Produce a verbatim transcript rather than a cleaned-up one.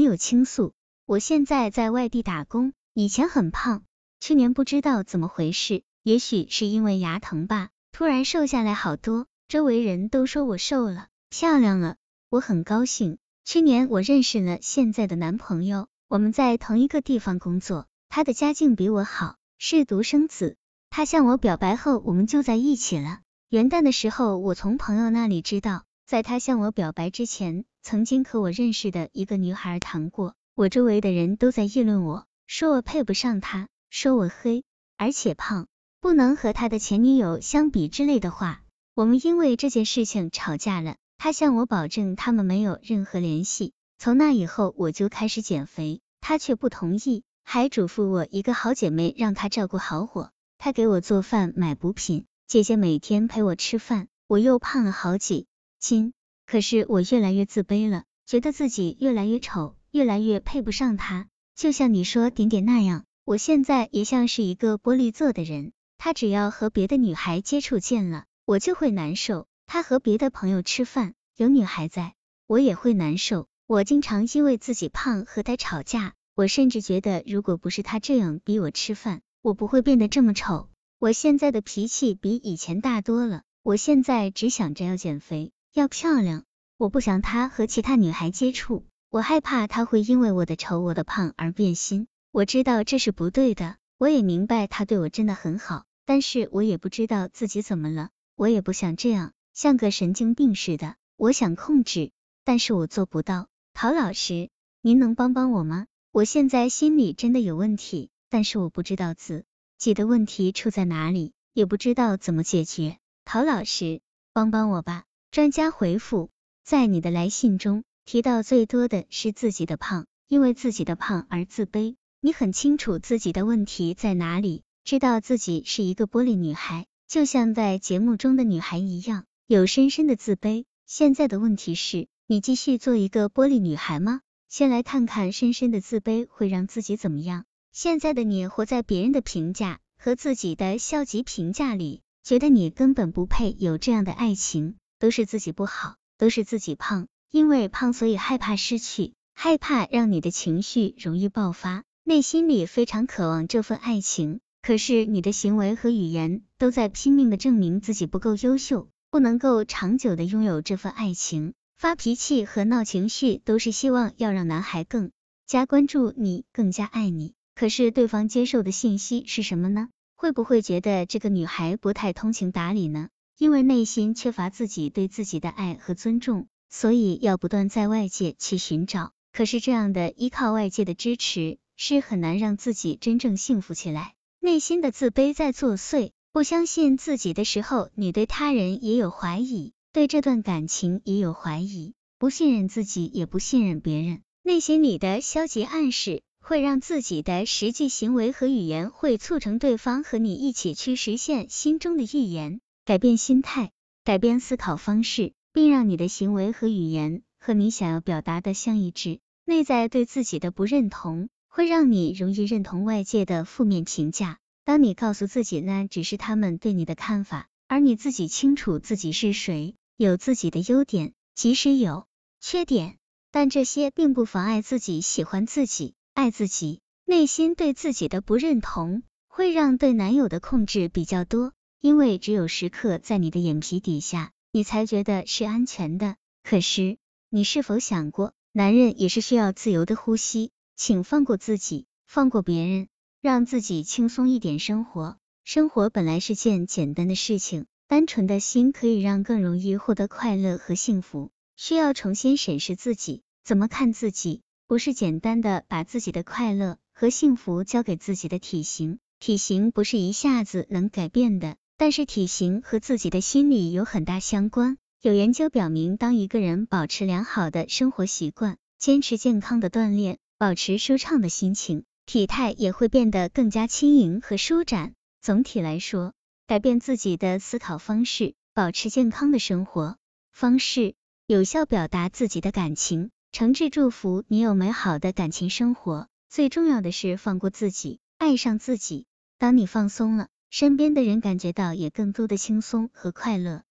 友倾诉，我现在在外地打工，以前很胖，去年不知道怎么回事，也许是因为牙疼吧，突然瘦下来好多，周围人都说我瘦了，漂亮了，我很高兴。去年我认识了现在的男朋友，我们在同一个地方工作，他的家境比我好，是独生子，他向我表白后，我们就在一起了。元旦的时候，我从朋友那里知道，在他向我表白之前，曾经和我认识的一个女孩谈过，我周围的人都在议论我，说我配不上他，说我黑，而且胖，不能和他的前女友相比之类的话。我们因为这件事情吵架了，他向我保证他们没有任何联系。从那以后我就开始减肥，他却不同意，还嘱咐我一个好姐妹让他照顾好我，他给我做饭买补品，姐姐每天陪我吃饭，我又胖了好几斤，可是我越来越自卑了，觉得自己越来越丑，越来越配不上他。就像你说点点那样，我现在也像是一个玻璃做的人，他只要和别的女孩接触近了，我就会难受，他和别的朋友吃饭，有女孩在，我也会难受。我经常因为自己胖和他吵架，我甚至觉得如果不是他这样逼我吃饭，我不会变得这么丑。我现在的脾气比以前大多了，我现在只想着要减肥，要漂亮，我不想他和其他女孩接触，我害怕他会因为我的丑我的胖而变心，我知道这是不对的，我也明白他对我真的很好，但是我也不知道自己怎么了，我也不想这样，像个神经病似的，我想控制，但是我做不到。陶老师，您能帮帮我吗？我现在心里真的有问题，但是我不知道自己的问题出在哪里，也不知道怎么解决。陶老师，帮帮我吧。专家回复，在你的来信中提到最多的是自己的胖，因为自己的胖而自卑。你很清楚自己的问题在哪里，知道自己是一个玻璃女孩，就像在节目中的女孩一样，有深深的自卑。现在的问题是，你继续做一个玻璃女孩吗？先来看看深深的自卑会让自己怎么样。现在的你活在别人的评价和自己的消极评价里，觉得你根本不配有这样的爱情，都是自己不好，都是自己胖，因为胖所以害怕失去，害怕让你的情绪容易爆发，内心里非常渴望这份爱情，可是你的行为和语言都在拼命的证明自己不够优秀，不能够长久的拥有这份爱情。发脾气和闹情绪都是希望要让男孩更加关注你，更加爱你，可是对方接受的信息是什么呢？会不会觉得这个女孩不太通情达理呢？因为内心缺乏自己对自己的爱和尊重，所以要不断在外界去寻找，可是这样的依靠外界的支持是很难让自己真正幸福起来。内心的自卑在作祟，不相信自己的时候，你对他人也有怀疑，对这段感情也有怀疑，不信任自己，也不信任别人。内心里的消极暗示会让自己的实际行为和语言会促成对方和你一起去实现心中的预言。改变心态，改变思考方式，并让你的行为和语言和你想要表达的相一致。内在对自己的不认同会让你容易认同外界的负面评价，当你告诉自己那只是他们对你的看法，而你自己清楚自己是谁，有自己的优点，即使有缺点，但这些并不妨碍自己喜欢自己，爱自己。内心对自己的不认同会让对男友的控制比较多，因为只有时刻在你的眼皮底下，你才觉得是安全的。可是你是否想过，男人也是需要自由的呼吸，请放过自己，放过别人，让自己轻松一点生活。生活本来是件简单的事情，单纯的心可以让更容易获得快乐和幸福。需要重新审视自己，怎么看自己，不是简单的把自己的快乐和幸福交给自己的体型，体型不是一下子能改变的，但是体型和自己的心理有很大相关。有研究表明，当一个人保持良好的生活习惯，坚持健康的锻炼，保持舒畅的心情，体态也会变得更加轻盈和舒展。总体来说，改变自己的思考方式，保持健康的生活方式，有效表达自己的感情，诚挚祝福你有美好的感情生活。最重要的是放过自己，爱上自己。当你放松了，身边的人感觉到也更多的轻松和快乐。